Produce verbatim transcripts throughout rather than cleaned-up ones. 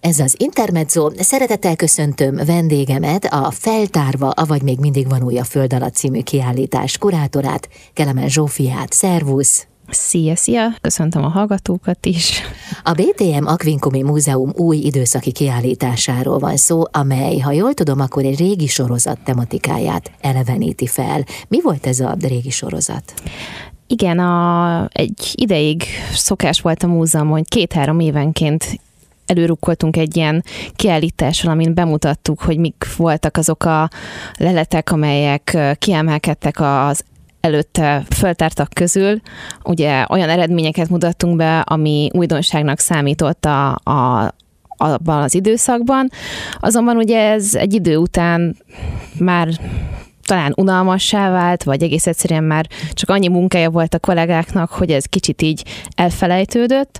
Ez az Intermezzo. Szeretettel köszöntöm vendégemet, a Feltárva, avagy még mindig van új a Föld alatt című kiállítás kurátorát, Kelemen Zsófiát. Szervusz! Szia, szia! Köszöntöm a hallgatókat is! A bé té em Aquincumi Múzeum új időszaki kiállításáról van szó, amely, ha jól tudom, akkor egy régi sorozat tematikáját eleveníti fel. Mi volt ez a régi sorozat? Igen, a, egy ideig szokás volt a múzeum, hogy két-három évenként előrukkoltunk egy ilyen kiállítással, amin bemutattuk, hogy mik voltak azok a leletek, amelyek kiemelkedtek az előtte föltártak közül. Ugye olyan eredményeket mutattunk be, ami újdonságnak számított a, a abban az időszakban. Azonban ugye ez egy idő után már talán unalmassá vált, vagy egész egyszerűen már csak annyi munkája volt a kollégáknak, hogy ez kicsit így elfelejtődött,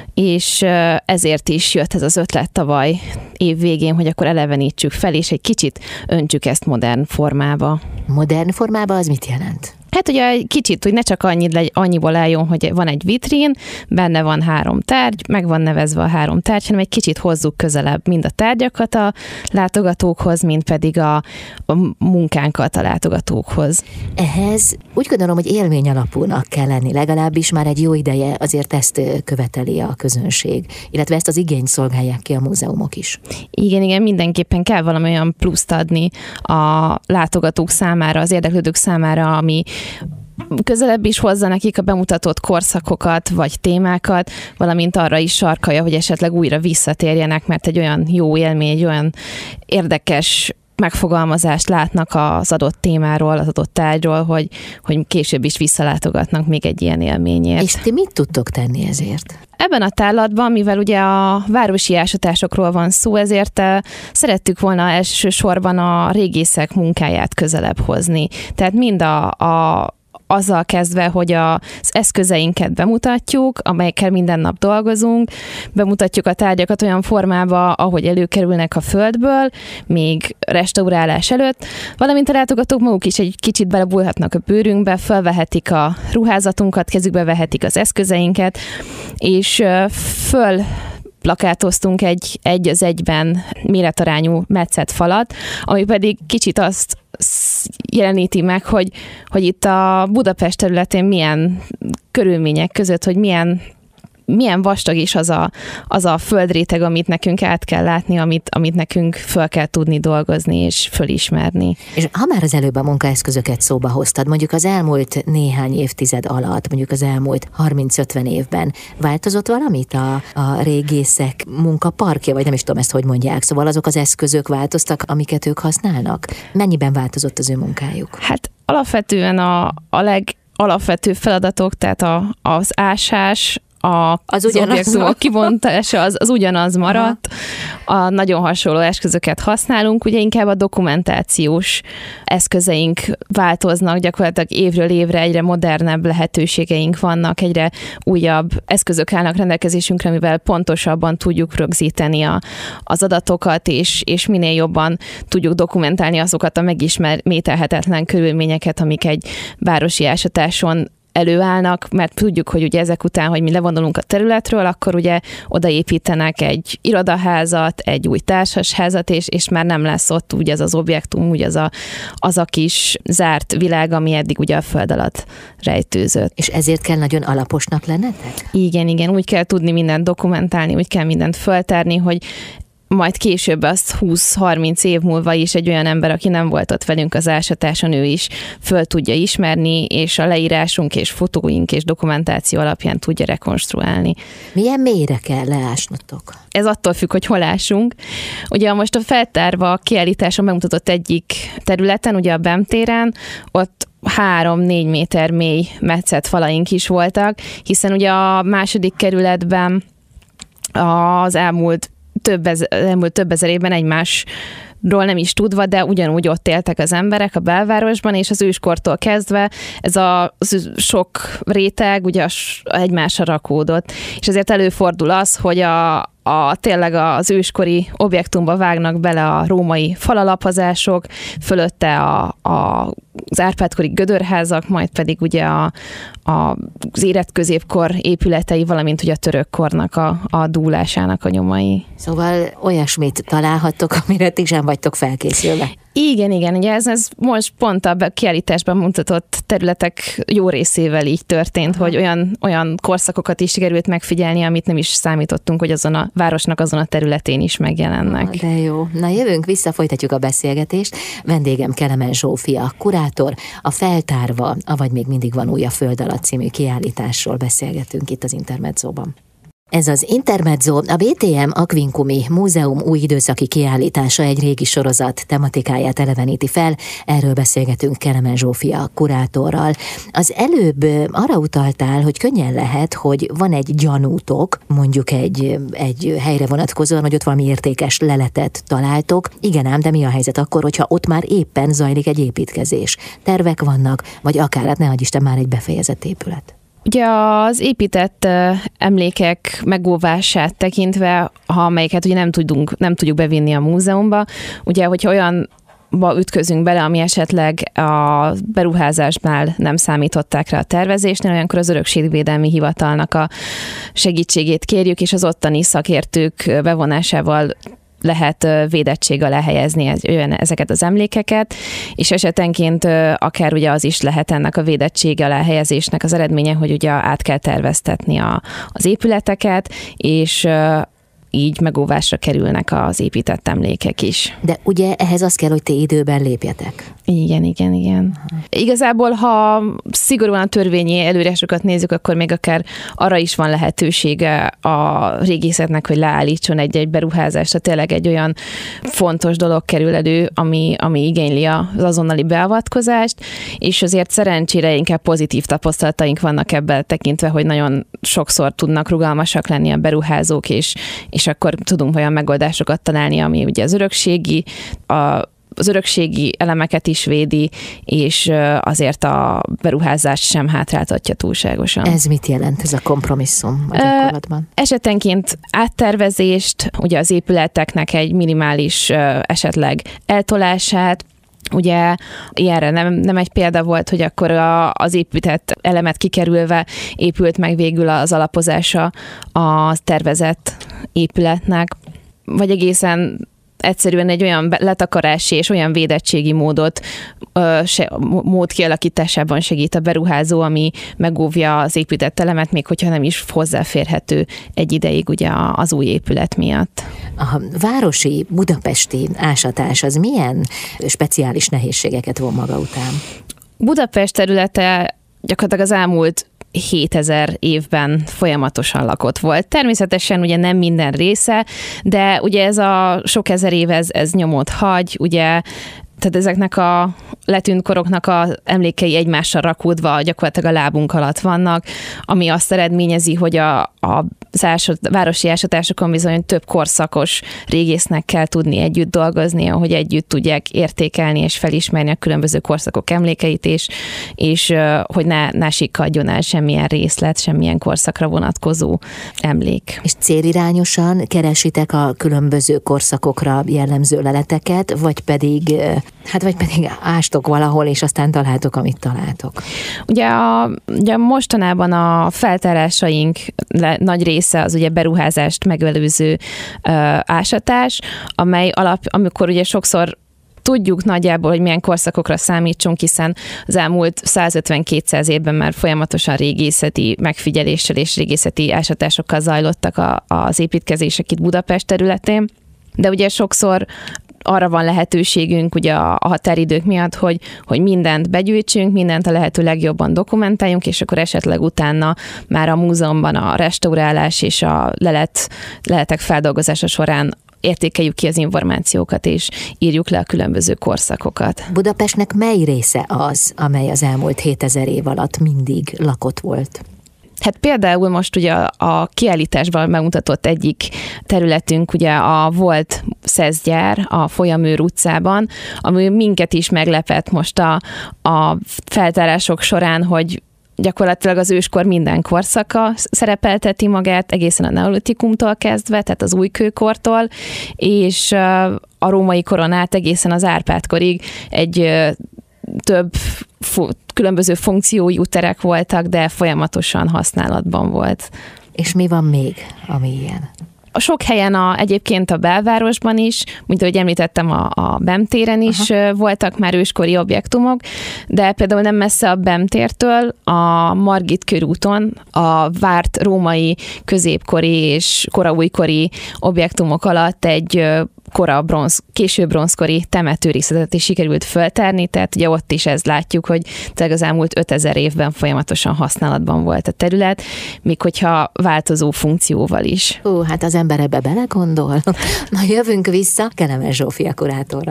és ezért is jött ez az ötlet tavaly év végén, hogy akkor elevenítsük fel, és egy kicsit öntsük ezt modern formába. Modern formába az mit jelent? Hát ugye egy kicsit, hogy ne csak annyi, annyiból álljon, hogy van egy vitrín, benne van három tárgy, meg van nevezve a három tárgy, hanem egy kicsit hozzuk közelebb mind a tárgyakat a látogatókhoz, mind pedig a, a munkánkat a látogatókhoz. Ehhez úgy gondolom, hogy élmény alapúnak kell lenni, legalábbis már egy jó ideje azért ezt követeli a közönség, illetve ezt az igényt szolgálják ki a múzeumok is. Igen, igen, mindenképpen kell valami olyan pluszt adni a látogatók számára, az érdeklődők számára, ami közelebb is hozza nekik a bemutatott korszakokat vagy témákat, valamint arra is sarkalja, hogy esetleg újra visszatérjenek, mert egy olyan jó élmény, egy olyan érdekes megfogalmazást látnak az adott témáról, az adott tárgyról, hogy, hogy később is visszalátogatnak még egy ilyen élményért. És ti mit tudtok tenni ezért? Ebben a tárlatban, mivel ugye a városi ásatásokról van szó, ezért szerettük volna elsősorban a régészek munkáját közelebb hozni. Tehát mind a, a azzal kezdve, hogy az eszközeinket bemutatjuk, amelyekkel minden nap dolgozunk, bemutatjuk a tárgyakat olyan formába, ahogy előkerülnek a földből, még restaurálás előtt, valamint a látogatók maguk is egy kicsit belebújhatnak a bőrünkbe, felvehetik a ruházatunkat, kezükbe vehetik az eszközeinket, és föl plakátoztunk egy, egy az egyben méretarányú metszett falat, ami pedig kicsit azt jeleníti meg, hogy, hogy itt a Budapest területén milyen körülmények között, hogy milyen milyen vastag is az a, az a földréteg, amit nekünk át kell látni, amit, amit nekünk föl kell tudni dolgozni és fölismerni. És ha már az előbb a munkaeszközöket szóba hoztad, mondjuk az elmúlt néhány évtized alatt, mondjuk az elmúlt harminc-ötven évben változott valamit a, a régészek munkaparkja, vagy nem is tudom ezt, hogy mondják, szóval azok az eszközök változtak, amiket ők használnak? Mennyiben változott az ő munkájuk? Hát alapvetően a, a legalapvetőbb feladatok, tehát a, az ásás, A, az, az objektumok kibontása az, az ugyanaz maradt. A nagyon hasonló eszközöket használunk, ugye inkább a dokumentációs eszközeink változnak, gyakorlatilag évről évre egyre modernebb lehetőségeink vannak, egyre újabb eszközök állnak rendelkezésünkre, mivel pontosabban tudjuk rögzíteni a, az adatokat, és, és minél jobban tudjuk dokumentálni azokat a megismételhetetlen körülményeket, amik egy városi ásatáson előállnak, mert tudjuk, hogy ugye ezek után, hogy mi levonulunk a területről, akkor ugye odaépítenek egy irodaházat, egy új társasházat, és, és már nem lesz ott úgy az az objektum, úgy az a, az a kis zárt világ, ami eddig ugye a föld alatt rejtőzött. És ezért kell nagyon alaposnak lennetek? Igen, igen, úgy kell tudni mindent dokumentálni, úgy kell mindent föltárni, hogy majd később azt húsz-harminc év múlva is egy olyan ember, aki nem volt ott velünk az ásatáson, ő is föl tudja ismerni, és a leírásunk és fotóink és dokumentáció alapján tudja rekonstruálni. Milyen mélyre kell leásnotok? Ez attól függ, hogy hol ásunk. Ugye most a Feltárva a kiállításon bemutatott egyik területen, ugye a BEM téren, ott három-négy méter mély metszett falaink is voltak, hiszen ugye a második kerületben az elmúlt több ezer, elmúlt több ezer évben egymásról nem is tudva, de ugyanúgy ott éltek az emberek a belvárosban, és az őskortól kezdve ez a sok réteg ugye egymásra rakódott. És ezért előfordul az, hogy a a, tényleg az őskori objektumba vágnak bele a római falalapozások, fölötte a, a az Árpád-kori gödörházak, majd pedig ugye a, a, az éretközépkor épületei, valamint ugye a török kornak a, a dúlásának a nyomai. Szóval olyasmit találhattok, amire ti sem vagytok felkészülve. Igen, igen, ugye ez, ez most pont a kiállításban mutatott területek jó részével így történt, Aha. hogy olyan, olyan korszakokat is sikerült megfigyelni, amit nem is számítottunk, hogy azon a városnak azon a területén is megjelennek. De jó. Na jövünk vissza, folytatjuk a beszélgetést. Vendégem Kelemen Zsófia, kurátor, a Feltárva, avagy még mindig van új a Föld alatt című kiállításról beszélgetünk itt az Intermedzóban. Ez az Intermezzo, a bé té em Aquincumi Múzeum új időszaki kiállítása egy régi sorozat tematikáját eleveníti fel, erről beszélgetünk Kelemen Zsófia kurátorral. Az előbb arra utaltál, hogy könnyen lehet, hogy van egy gyanútok, mondjuk egy, egy helyre vonatkozóan, hogy ott valami értékes leletet találtok. Igen ám, de mi a helyzet akkor, hogyha ott már éppen zajlik egy építkezés? Tervek vannak, vagy akár, hát ne adj Isten, már egy befejezett épület? Ugye az épített emlékek megóvását tekintve, ha amelyiket ugye nem tudunk, nem tudjuk bevinni a múzeumba, ugye, hogyha olyan ütközünk bele, ami esetleg a beruházásnál nem számították rá a tervezésnél, olyankor az Örökségvédelmi Hivatalnak a segítségét kérjük, és az ottani szakértők bevonásával lehet védettség alá helyezni ezeket az emlékeket, és esetenként akár ugye az is lehet ennek a védettség alá helyezésnek az eredménye, hogy ugye át kell terveztetni a, az épületeket, és így megóvásra kerülnek az épített emlékek is. De ugye ehhez az kell, hogy ti időben lépjetek. Igen, igen, igen. Aha. Igazából, ha szigorúan a törvényi előírásokat nézzük, akkor még akár arra is van lehetősége a régészetnek, hogy leállítson egy-egy beruházást, tehát tényleg egy olyan fontos dolog kerül elő, ami, ami igényli az azonnali beavatkozást, és azért szerencsére inkább pozitív tapasztalataink vannak ebben tekintve, hogy nagyon sokszor tudnak rugalmasak lenni a beruházók, és, és akkor tudunk olyan megoldásokat találni, ami ugye az örökségi, a az örökségi elemeket is védi, és azért a beruházást sem hátráltatja túlságosan. Ez mit jelent, ez a kompromisszum a gyakorlatban? Esetenként áttervezést, ugye az épületeknek egy minimális esetleg eltolását, ugye ilyenre nem, nem egy példa volt, hogy akkor a, az épített elemet kikerülve épült meg végül az alapozása a tervezett épületnek, vagy egészen egyszerűen egy olyan letakarási és olyan védettségi módot, ö, se, mód kialakításában segít a beruházó, ami megóvja az épített elemet, még hogyha nem is hozzáférhető egy ideig ugye az új épület miatt. A városi, budapesti ásatás az milyen speciális nehézségeket von maga után? Budapest területe gyakorlatilag az elmúlt hétezer évben folyamatosan lakott volt. Természetesen ugye nem minden része, de ugye ez a sok ezer év, ez, ez nyomot hagy, ugye, tehát ezeknek a letűnt koroknak az emlékei egymással rakódva gyakorlatilag a lábunk alatt vannak, ami azt eredményezi, hogy a, a ásat, városi ásatásokon bizony több korszakos régésznek kell tudni együtt dolgozni, hogy együtt tudják értékelni és felismerni a különböző korszakok emlékeit, és, és hogy ne, ne sikkadjon el semmilyen részlet, semmilyen korszakra vonatkozó emlék. És célirányosan keresitek a különböző korszakokra jellemző leleteket, vagy pedig, hát vagy pedig ástok valahol, és aztán találtok, amit találtok? Ugye, a, ugye mostanában a feltárásaink le, nagy része az ugye beruházást megelőző uh, ásatás, amely alap, amikor ugye sokszor tudjuk nagyjából, hogy milyen korszakokra számítsunk, hiszen az elmúlt százötven-kétszáz évben már folyamatosan régészeti megfigyeléssel és régészeti ásatásokkal zajlottak a, az építkezések itt Budapest területén, de ugye sokszor arra van lehetőségünk ugye a határidők miatt, hogy, hogy mindent begyűjtsünk, mindent a lehető legjobban dokumentáljunk, és akkor esetleg utána már a múzeumban a restaurálás és a lelet, leletek feldolgozása során értékeljük ki az információkat, és írjuk le a különböző korszakokat. Budapestnek mely része az, amely az elmúlt hétezer év alatt mindig lakott volt? Hát például most ugye a kiállításban megmutatott egyik területünk ugye a volt szeszgyár a Folyamőr utcában, ami minket is meglepett most a, a feltárások során, hogy gyakorlatilag az őskor minden korszaka szerepelteti magát, egészen a neolitikumtól kezdve, tehát az újkőkortól, és a római koron át egészen az Árpád-korig egy több különböző funkciójú terek voltak, de folyamatosan használatban volt. És mi van még, ami ilyen? Sok helyen a, egyébként a belvárosban is, mint ahogy említettem, a, a Bem téren is Aha. voltak már őskori objektumok, de például nem messze a Bem tértől, a Margit körúton a várt római, középkori és koraújkori objektumok alatt egy kora bronz, késő bronzkori temetőrészetet is sikerült föltárni, tehát ugye ott is ezt látjuk, hogy az elmúlt ötezer évben folyamatosan használatban volt a terület, még hogyha változó funkcióval is. Hú, hát az ember ebbe belegondol. Na jövünk vissza Kelemen Zsófia kurátorra.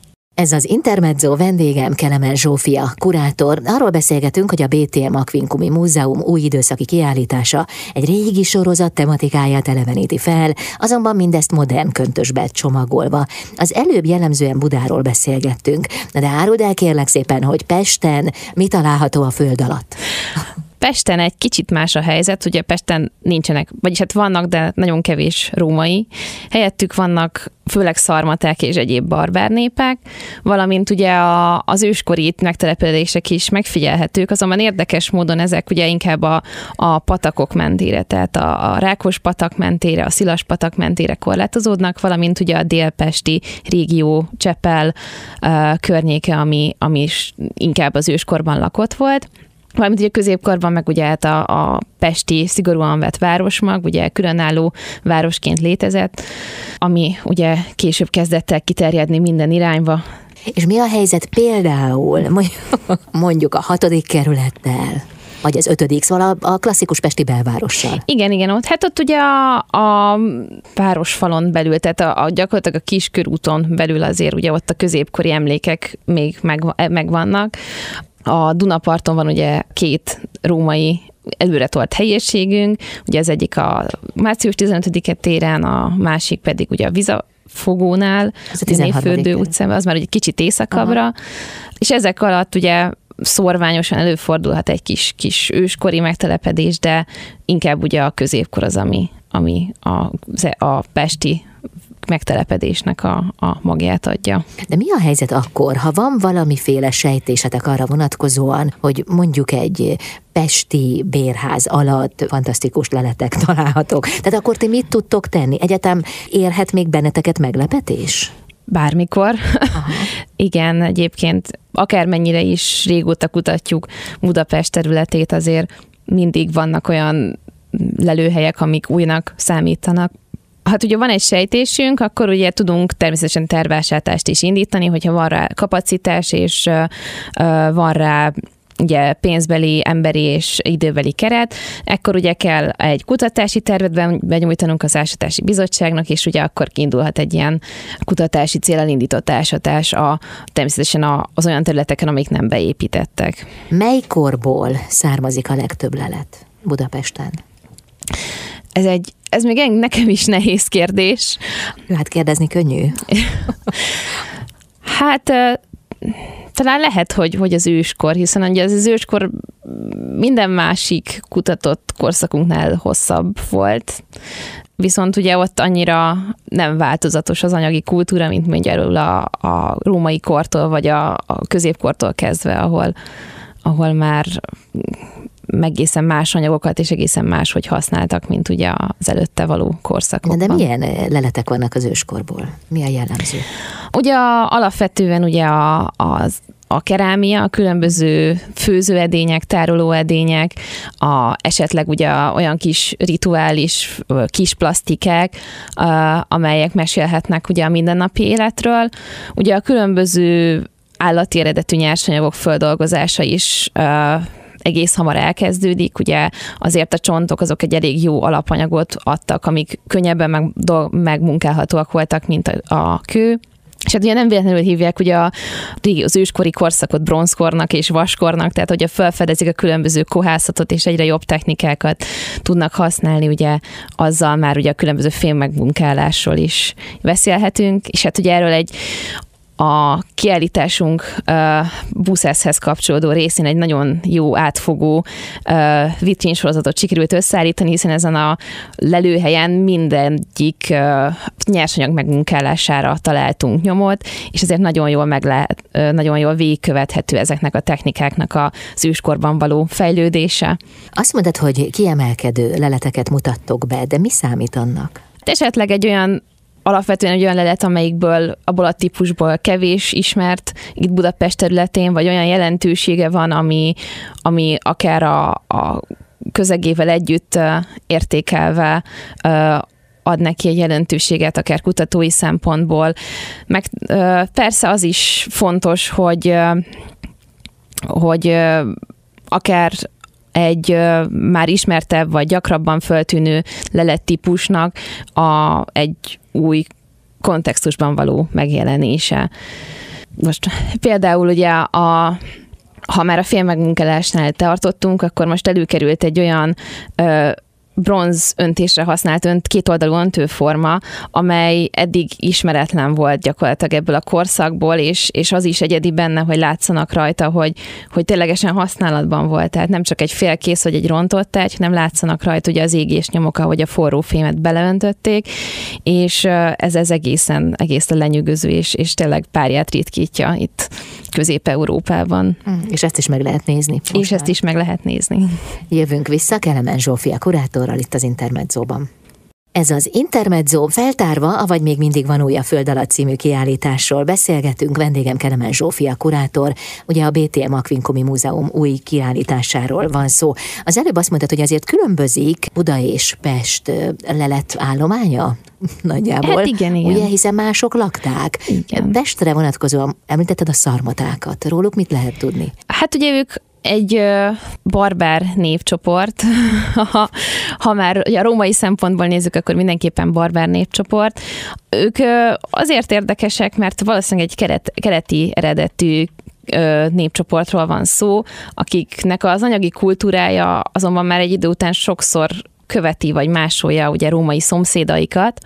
Ez az Intermezzo, vendégem Kelemen Zsófia, kurátor. Arról beszélgetünk, hogy a bé té em Aquincumi Múzeum új időszaki kiállítása egy régi sorozat tematikáját eleveníti fel, azonban mindezt modern köntösbe csomagolva. Az előbb jellemzően Budáról beszélgettünk, de áruld el kérlek szépen, hogy Pesten mi található a föld alatt? Pesten egy kicsit más a helyzet, ugye Pesten nincsenek, vagyis hát vannak, de nagyon kevés római. Helyettük vannak főleg szarmaták és egyéb barbár népek, valamint ugye a, az őskori megtelepülések is megfigyelhetők, azonban érdekes módon ezek ugye inkább a, a patakok mentére, tehát a, a Rákos patak mentére, a Szilas patak mentére korlátozódnak, valamint ugye a délpesti régió, Csepel uh, környéke, ami, ami is inkább az őskorban lakott volt. Valamint ugye középkorban meg ugye hát a, a pesti szigorúan vett városmag, ugye különálló városként létezett, ami ugye később kezdett el kiterjedni minden irányba. És mi a helyzet például mondjuk a hatodik kerülettel? Vagy az ötödik, szóval a, a klasszikus pesti belvárossal. Igen, igen, ott, hát ott ugye a, a városfalon belül, tehát a, a gyakorlatilag a Kiskörúton belül azért ugye ott a középkori emlékek még meg, megvannak. A Dunaparton van ugye két római előretolt helyiségünk, ugye az egyik a március tizenötödike téren, a másik pedig ugye a Vizafogónál, az a Névfürdő utcában, az már egy kicsit északabbra, Aha. és ezek alatt ugye szorványosan előfordulhat egy kis, kis őskori megtelepedés, de inkább ugye a középkor az, ami, ami a, a pesti megtelepedésnek a, a magját adja. De mi a helyzet akkor, ha van valamiféle sejtésetek arra vonatkozóan, hogy mondjuk egy pesti bérház alatt fantasztikus leletek találhatók, tehát akkor ti mit tudtok tenni? Egyetem érhet még benneteket meglepetés? Bármikor. Igen, egyébként akármennyire is régóta kutatjuk Budapest területét, azért mindig vannak olyan lelőhelyek, amik újnak számítanak. Hát ugye van egy sejtésünk, akkor ugye tudunk természetesen tervvásárlást is indítani, hogyha van rá kapacitás, és uh, van rá ugye pénzbeli, emberi és időbeli keret, ekkor ugye kell egy kutatási tervet benyújtanunk az Ásatási Bizottságnak, és ugye akkor kiindulhat egy ilyen kutatási céllal indított ásatás a, természetesen az olyan területeken, amik nem beépítettek. Mely korból származik a legtöbb lelet Budapesten? Ez egy Ez még nekem is nehéz kérdés. Hát kérdezni könnyű. Hát talán lehet, hogy, hogy az őskor, hiszen ugye az, az őskor minden másik kutatott korszakunknál hosszabb volt. Viszont ugye ott annyira nem változatos az anyagi kultúra, mint mondjuk a, a római kortól, vagy a, a középkortól kezdve, ahol, ahol már egészen más anyagokat és egészen más, hogy használtak, mint ugye az előtte való korszakokban. De milyen leletek vannak az őskorból? Mi a jellemző? Ugye a, alapvetően ugye a, az a kerámia, a különböző főzőedények, tárolóedények, a, esetleg ugye olyan kis rituális kis plasztikák, amelyek mesélhetnek ugye a mindennapi életről. Ugye a különböző állati eredetű nyersanyagok földolgozása is egész hamar elkezdődik, ugye azért a csontok azok egy elég jó alapanyagot adtak, amik könnyebben meg, do, megmunkálhatóak voltak, mint a, a kő. És hát ugye nem véletlenül hívják ugye a, az őskori korszakot bronzkornak és vaskornak, tehát ugye felfedezik a különböző kohászatot, és egyre jobb technikákat tudnak használni, ugye azzal már ugye a különböző fém megmunkálásról is beszélhetünk, és hát ugye erről egy a kiállításunk buszeszhez kapcsolódó részén egy nagyon jó átfogó vitrínsorozatot sikerült összeállítani, hiszen ezen a lelőhelyen mindegyik nyersanyag megmunkálására találtunk nyomot, és ezért nagyon jól meg lehet, nagyon jól végigkövethető ezeknek a technikáknak az őskorban való fejlődése. Azt mondod, hogy kiemelkedő leleteket mutattok be, de mi számít annak? Esetleg egy olyan alapvetően egy olyan lelet, amelyikből abból a típusból kevés ismert itt Budapest területén, vagy olyan jelentősége van, ami, ami akár a, a közegével együtt értékelve ad neki egy jelentőséget, akár kutatói szempontból. Meg persze az is fontos, hogy, hogy akár egy már ismertebb vagy gyakrabban föltűnő lelettípusnak a, egy új kontextusban való megjelenése. Most például ugye a ha már a félmegmunkálásnál tartottunk, akkor most előkerült egy olyan ö, bronz öntésre használt önt, kétoldalú öntőforma, amely eddig ismeretlen volt gyakorlatilag ebből a korszakból, és, és az is egyedi benne, hogy látszanak rajta, hogy, hogy ténylegesen használatban volt. Tehát nem csak egy félkész vagy egy rontott tárgy, hanem látszanak rajta ugye az égésnyomok, ahogy a forró fémet beleöntötték, és ez, ez egészen, egészen lenyűgöző, és, és tényleg párját ritkítja itt Közép-Európában. És ezt is meg lehet nézni. És már. ezt is meg lehet nézni. Jövünk vissza Kelemen Zsófia kurátorral itt az Intermedzóban. Ez az Intermedzó feltárva, avagy még mindig van új a Föld alatt című kiállításról beszélgetünk. Vendégem Kelemen Zsófia kurátor, ugye a bé té em Aquincumi Múzeum új kiállításáról van szó. Az előbb azt mondtad, hogy azért különbözik Buda és Pest leletállománya? Nagyjából. Hát igen, igen. Ugye, hiszen mások lakták. Igen. Pestre vonatkozóan említetted a szarmatákat. Róluk mit lehet tudni? Hát ugye ők egy barbár népcsoport, ha, ha már a római szempontból nézzük, akkor mindenképpen barbár népcsoport. Ők azért érdekesek, mert valószínűleg egy keret, kereti eredetű népcsoportról van szó, akiknek az anyagi kultúrája azonban már egy idő után sokszor követi vagy másolja ugye római szomszédaikat,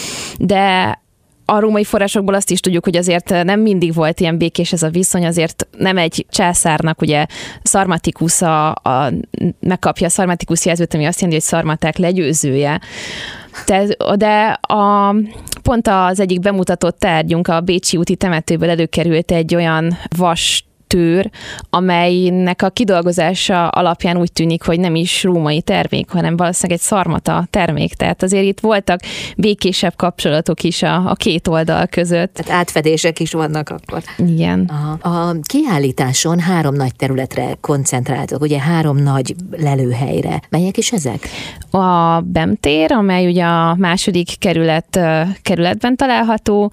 de a római forrásokból azt is tudjuk, hogy azért nem mindig volt ilyen békés ez a viszony, azért nem egy császárnak ugye Szarmaticus a, a, megkapja a Szarmaticus jelzőt, ami azt jelenti, hogy szarmaták legyőzője. De, de a, pont az egyik bemutatott tárgyunk, a Bécsi úti temetőből előkerült egy olyan vas tőr, amelynek a kidolgozása alapján úgy tűnik, hogy nem is római termék, hanem valószínűleg egy szarmata termék. Tehát azért itt voltak békésebb kapcsolatok is a, a két oldal között. Tehát átfedések is vannak akkor. Igen. A, a kiállításon három nagy területre koncentráltok, ugye három nagy lelőhelyre. Melyek is ezek? A Bem-tér, amely ugye a második kerület, kerületben található,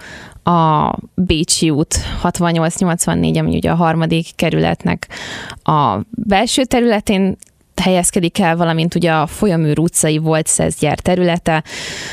a Bécsi út hatvannyolc nyolcvannégy, ami ugye a harmadik kerületnek a belső területén helyezkedik el, valamint ugye a Folyaműr utcai volt szeszgyár területe,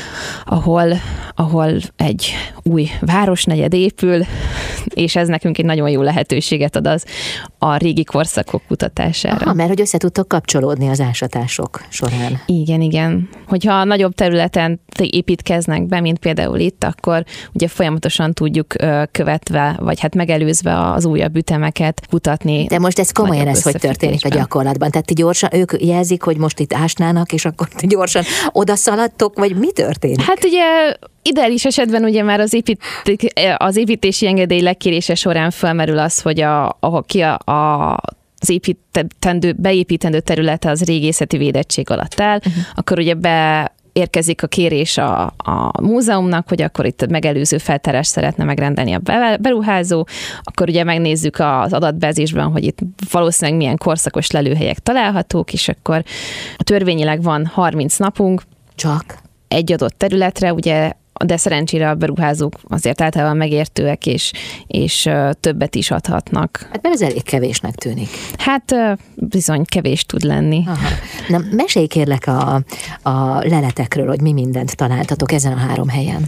ahol, ahol egy új városnegyed épül, és ez nekünk egy nagyon jó lehetőséget ad az a régi korszakok kutatására. Aha, mert hogy össze tudtok kapcsolódni az ásatások során. Igen, igen. Hogyha nagyobb területen építkeznek be, mint például itt, akkor ugye folyamatosan tudjuk követve, vagy hát megelőzve az újabb ütemeket kutatni. De most ez komolyan ez, hogy történik a gyakorlatban? Tehát ti gyorsan, ők jelzik, hogy most itt ásnának, és akkor ti gyorsan odaszaladtok, vagy mi történik? Hát ugye ideális esetben ugye már az, épít, az építési engedély lekérése során felmerül az, hogy a, a, ki a, a az építendő, beépítendő területe az régészeti védettség alatt áll, uh-huh. akkor ugye be érkezik a kérés a, a múzeumnak, hogy akkor itt megelőző feltárást szeretne megrendelni a beruházó, akkor ugye megnézzük az adatbázisban, hogy itt valószínűleg milyen korszakos lelőhelyek találhatók, és akkor törvényileg van harminc napunk. Csak? Egy adott területre, ugye, de szerencsére a beruházók azért általában megértőek, és, és többet is adhatnak. Hát mert ez elég kevésnek tűnik. Hát bizony kevés tud lenni. Aha. Na, mesélj kérlek a, a leletekről, hogy mi mindent találtatok ezen a három helyen.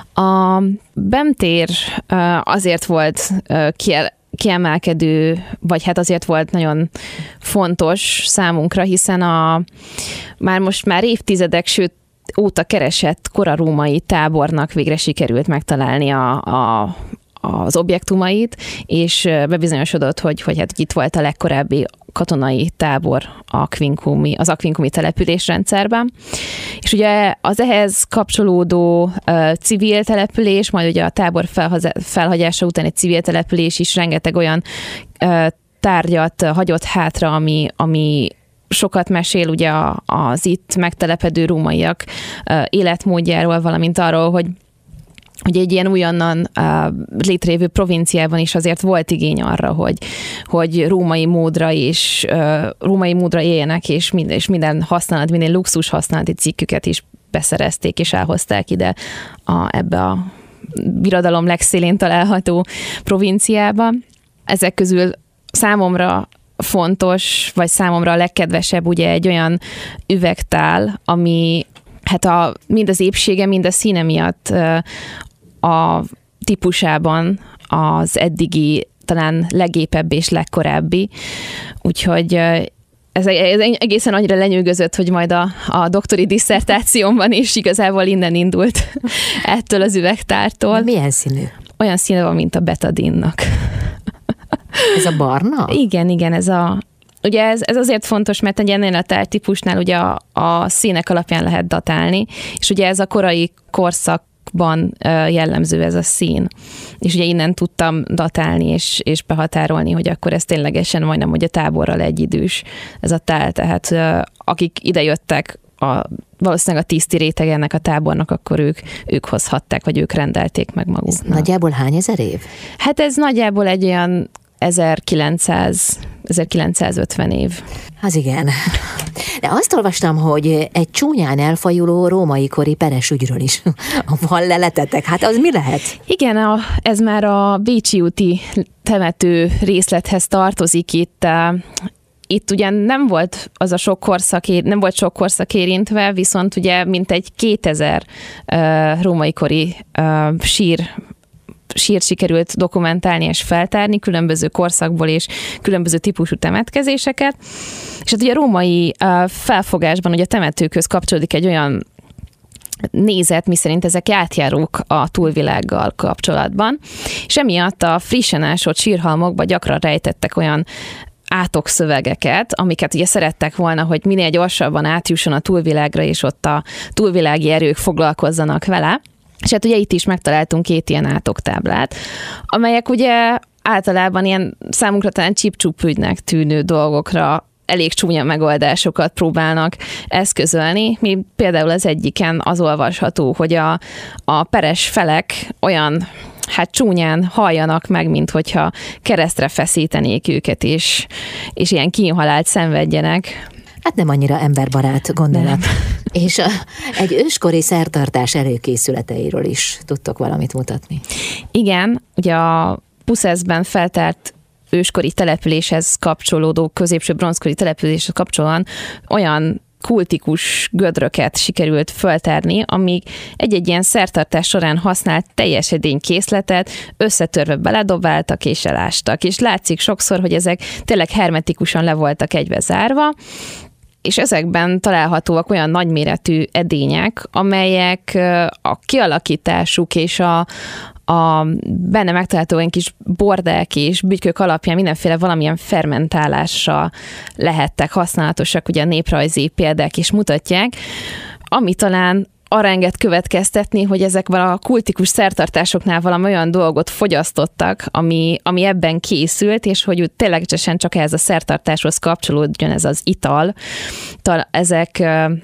A Bem-tér azért volt kiel kiemelkedő, vagy hát azért volt nagyon fontos számunkra, hiszen a már most már évtizedek, sőt óta keresett korarómai tábornak végre sikerült megtalálni a, a, az objektumait, és bebizonyosodott, hogy, hogy hát itt volt a legkorábbi katonai tábor a Quincumi, az Aquincumi településrendszerben. És ugye az ehhez kapcsolódó uh, civil település, majd ugye a tábor felhagyása után egy civil település is rengeteg olyan uh, tárgyat hagyott hátra, ami, ami sokat mesél ugye az itt megtelepedő rómaiak uh, életmódjáról, valamint arról, hogy hogy egy ilyen újonnan uh, létrejövő provinciában is azért volt igény arra, hogy, hogy római módra és uh, római módra éljenek, és minden, és minden használat, minden luxus használati cikküket is beszerezték, és elhozták ide a, ebbe a birodalom legszélén található provinciába. Ezek közül számomra fontos, vagy számomra a legkedvesebb ugye egy olyan üvegtál, ami hát a, mind az épsége, mind a színe miatt a típusában az eddigi talán legépebb és legkorábbi. Úgyhogy ez, ez egészen annyira lenyűgözött, hogy majd a, a doktori disszertációmban is igazából innen indult ettől az üvegtártól. Milyen színű? Olyan színe van, mint a betadinnak. Ez a barna? Igen, igen, ez a Ugye ez, ez azért fontos, mert egy ennél a tártípusnál ugye a, a színek alapján lehet datálni, és ugye ez a korai korszakban jellemző ez a szín. És ugye innen tudtam datálni és, és behatárolni, hogy akkor ez ténylegesen majdnem, hogy a táborral egyidős ez a tál. Tehát akik idejöttek, a, valószínűleg a tiszti réteg ennek a tábornak, akkor ők, ők hozhatták, vagy ők rendelték meg maguknak. Ez nagyjából hány ezer év? Hát ez nagyjából egy olyan ezerkilencszáz, ezerkilencszázötven év. Az igen. De azt olvastam, hogy egy csúnyán elfajuló római kori peres ügyről is van leletetek. Hát az mi lehet? Igen, a, ez már a Bécsi úti temető részlethez tartozik itt. Itt ugyan nem volt az a sok korszak, nem volt sok korszak érintve, viszont ugye mintegy kétezer uh, római kori uh, sír sírt sikerült dokumentálni és feltárni különböző korszakból és különböző típusú temetkezéseket. És hát ugye a római uh, felfogásban ugye a temetőkhöz kapcsolódik egy olyan nézet, miszerint ezek átjárók a túlvilággal kapcsolatban, és emiatt a frissen ásott sírhalmokba gyakran rejtettek olyan átokszövegeket, amiket ugye szerettek volna, hogy minél gyorsabban átjusson a túlvilágra, és ott a túlvilági erők foglalkozzanak vele. És hát ugye itt is megtaláltunk két ilyen átoktáblát, amelyek ugye általában ilyen számunkra talán csip-csup ügynek tűnő dolgokra elég csúnya megoldásokat próbálnak eszközölni. Mi például az egyiken az olvasható, hogy a, a peres felek olyan hát csúnyán halljanak meg, mint hogyha keresztre feszítenék őket, és, és ilyen kínhalált szenvedjenek. Hát nem annyira emberbarát gondolat. És a, egy őskori szertartás előkészületeiről is tudtok valamit mutatni. Igen, ugye a Puszeszben feltárt őskori településhez kapcsolódó, középső bronzkori településhez kapcsolóan olyan kultikus gödröket sikerült föltárni, amíg egy-egy ilyen szertartás során használt teljes edénykészletet összetörve beledobáltak és elástak. És látszik sokszor, hogy ezek tényleg hermetikusan le voltak egybe zárva, és ezekben találhatóak olyan nagyméretű edények, amelyek a kialakításuk és a, a benne megtalálható olyan kis bordák és bütykök alapján mindenféle valamilyen fermentálásra lehettek használatosak, ugye a néprajzi példák is mutatják, ami talán arra enged következtetni, hogy ezekben a kultikus szertartásoknál valami olyan dolgot fogyasztottak, ami, ami ebben készült, és hogy ténylegesen csak ehhez a szertartáshoz kapcsolódjon ez az ital. Ezek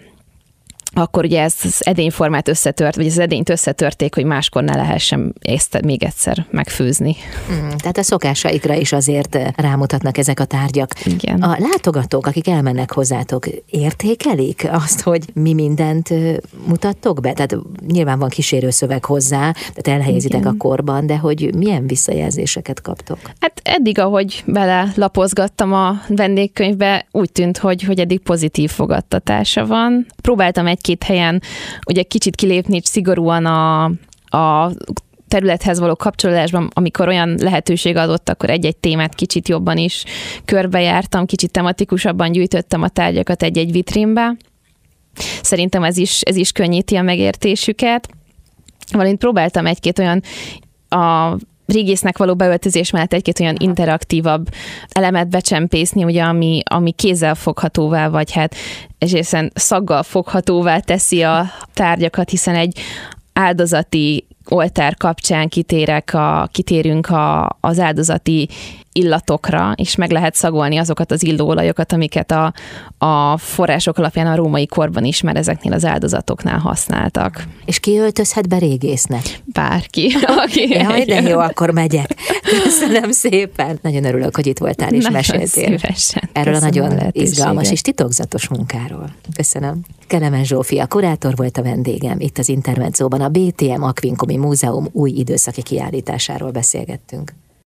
akkor ugye ezt az edényformát összetört, vagy az edényt összetörték, hogy máskor ne lehessen ezt még egyszer megfőzni. Mm, tehát a szokásaikra is azért rámutatnak ezek a tárgyak. Igen. A látogatók, akik elmennek hozzátok, értékelik azt, hogy mi mindent mutattok be? Tehát nyilván van kísérőszöveg hozzá, tehát elhelyezitek Igen. a korban, de hogy milyen visszajelzéseket kaptok? Hát eddig, ahogy belelapozgattam a vendégkönyvbe, úgy tűnt, hogy, hogy eddig pozitív fogadtatása van. Próbáltam egy két helyen ugye kicsit kilépni szigorúan a, a területhez való kapcsolódásban, amikor olyan lehetőség adott, akkor egy-egy témát kicsit jobban is körbejártam, kicsit tematikusabban gyűjtöttem a tárgyakat egy-egy vitrínbe. Szerintem ez is, ez is könnyíti a megértésüket. Valamint próbáltam egy-két olyan a régésznek való beöltözés mellett egy-két olyan interaktívabb elemet becsempészni, ugye, ami, ami kézzel foghatóvá, vagy hát egészen szaggal foghatóvá teszi a tárgyakat, hiszen egy áldozati oltár kapcsán kitérek a, kitérünk a, az áldozati illatokra, és meg lehet szagolni azokat az illóolajokat, amiket a, a források alapján a római korban is már ezeknél az áldozatoknál használtak. És ki öltözhet be régésznek? Bárki. Aki Jaj, de jó, akkor megyek. Köszönöm szépen. Nagyon örülök, hogy itt voltál és nagyon meséltél. Szívesen. Erről a nagyon a izgalmas és titokzatos munkáról. Köszönöm. Kelemen Zsófia kurátor volt a vendégem. Itt az Intermedzóban a bé té em Aquincumi Múzeum új időszaki kiállításáról beszélgettünk.